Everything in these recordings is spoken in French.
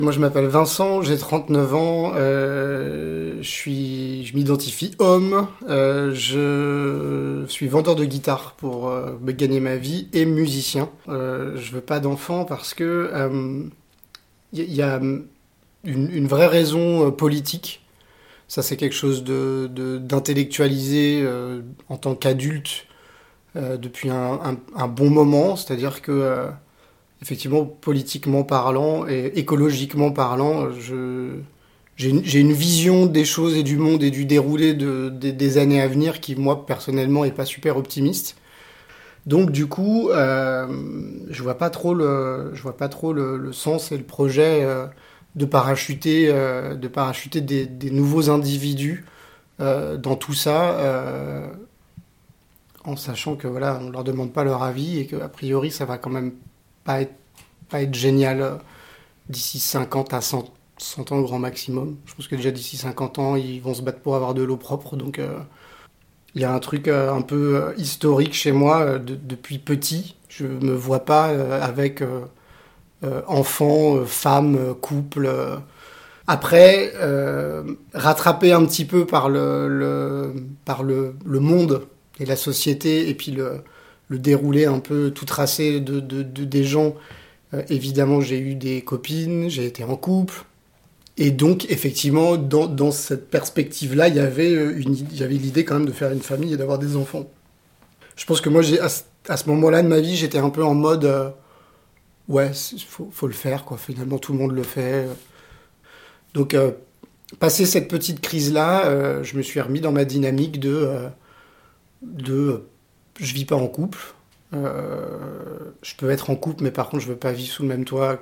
Moi, je m'appelle Vincent, j'ai 39 ans, je m'identifie homme, je suis vendeur de guitare pour me gagner ma vie et musicien. Je veux pas d'enfant parce que y a une vraie raison politique. Ça, c'est quelque chose d'intellectualisé en tant qu'adulte depuis un bon moment. C'est-à-dire que effectivement, politiquement parlant et écologiquement parlant, j'ai une vision des choses et du monde et du déroulé des années à venir qui, moi, personnellement, est pas super optimiste. Donc, du coup, je vois pas trop le sens et le projet de parachuter des nouveaux individus dans tout ça, en sachant que voilà, on leur demande pas leur avis et que a priori, ça va quand même pas être génial d'ici 50 à 100 ans grand maximum. Je pense que déjà d'ici 50 ans, ils vont se battre pour avoir de l'eau propre. Donc il y a un truc un peu historique chez moi depuis petit. Je me vois pas avec enfants, femmes, couple. Après, rattrapé un petit peu par le monde et la société et puis le déroulé un peu tout tracé des gens. Évidemment, j'ai eu des copines, j'ai été en couple. Et donc, effectivement, dans cette perspective-là, il y avait l'idée quand même de faire une famille et d'avoir des enfants. Je pense que moi, à ce moment-là de ma vie, j'étais un peu en mode ouais, faut le faire, quoi. Finalement, tout le monde le fait. Donc, passé cette petite crise-là, je me suis remis dans ma dynamique je vis pas en couple. Je peux être en couple, mais par contre, je veux pas vivre sous le même toit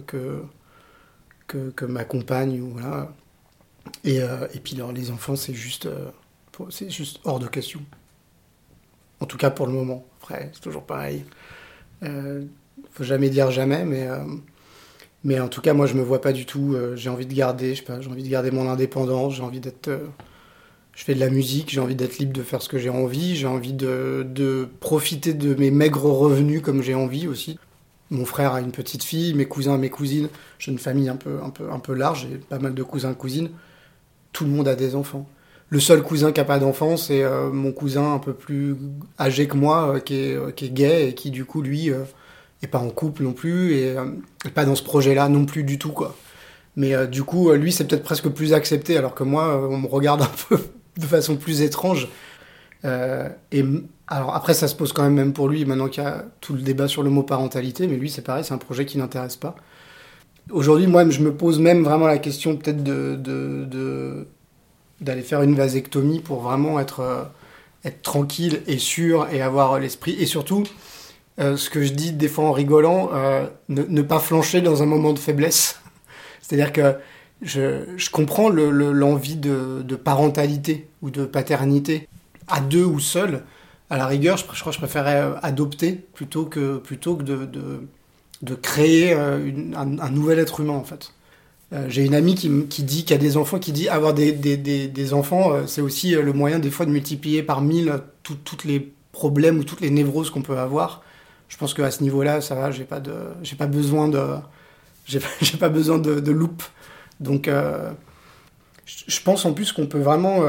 que ma compagne. Ou voilà. Et puis, alors, les enfants, c'est juste hors de question. En tout cas, pour le moment. Après, c'est toujours pareil. Faut jamais dire jamais, mais en tout cas, moi, je me vois pas du tout. J'ai envie de garder, je sais pas, j'ai envie de garder mon indépendance. J'ai envie d'être. Je fais de la musique, j'ai envie d'être libre de faire ce que j'ai envie, j'ai envie de profiter de mes maigres revenus comme j'ai envie aussi. Mon frère a une petite fille, mes cousins, mes cousines, j'ai une famille un peu large, j'ai pas mal de cousins, cousines. Tout le monde a des enfants. Le seul cousin qui a pas d'enfant, c'est mon cousin un peu plus âgé que moi, qui est gay et qui du coup lui est pas en couple non plus et pas dans ce projet-là non plus du tout quoi. Mais du coup, lui, c'est peut-être presque plus accepté, alors que moi, on me regarde un peu de façon plus étrange. Et alors après, ça se pose quand même pour lui, maintenant qu'il y a tout le débat sur le mot parentalité, mais lui, c'est pareil, c'est un projet qui l'intéresse pas. Aujourd'hui, moi, je me pose même vraiment la question peut-être d'aller faire une vasectomie pour vraiment être tranquille et sûr et avoir l'esprit. Et surtout, ce que je dis des fois en rigolant, ne pas flancher dans un moment de faiblesse. C'est-à-dire que je comprends l'envie de parentalité ou de paternité à deux ou seul. À la rigueur, je crois que je préférerais adopter plutôt que de créer un nouvel être humain en fait. J'ai une amie qui dit qu'il y a des enfants, qui dit avoir des enfants, c'est aussi le moyen des fois de multiplier par 1000 toutes les problèmes ou toutes les névroses qu'on peut avoir. Je pense qu'à ce niveau-là, ça va, j'ai pas besoin j'ai pas besoin de loupe. Donc, je pense en plus qu'on peut vraiment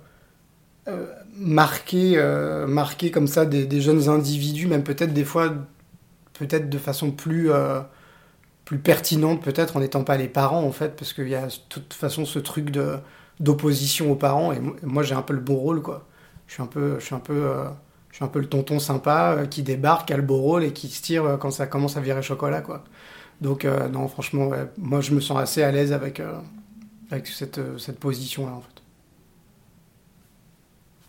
marquer comme ça des jeunes individus, même peut-être des fois, peut-être de façon plus pertinente, peut-être en n'étant pas les parents en fait, parce qu'il y a de toute façon ce truc d'opposition aux parents. Et moi, j'ai un peu le bon rôle, quoi. Je suis un peu le tonton sympa qui débarque, a le beau rôle et qui se tire quand ça commence à virer chocolat, quoi. Donc, non, franchement, ouais, moi, je me sens assez à l'aise avec cette position-là, en fait.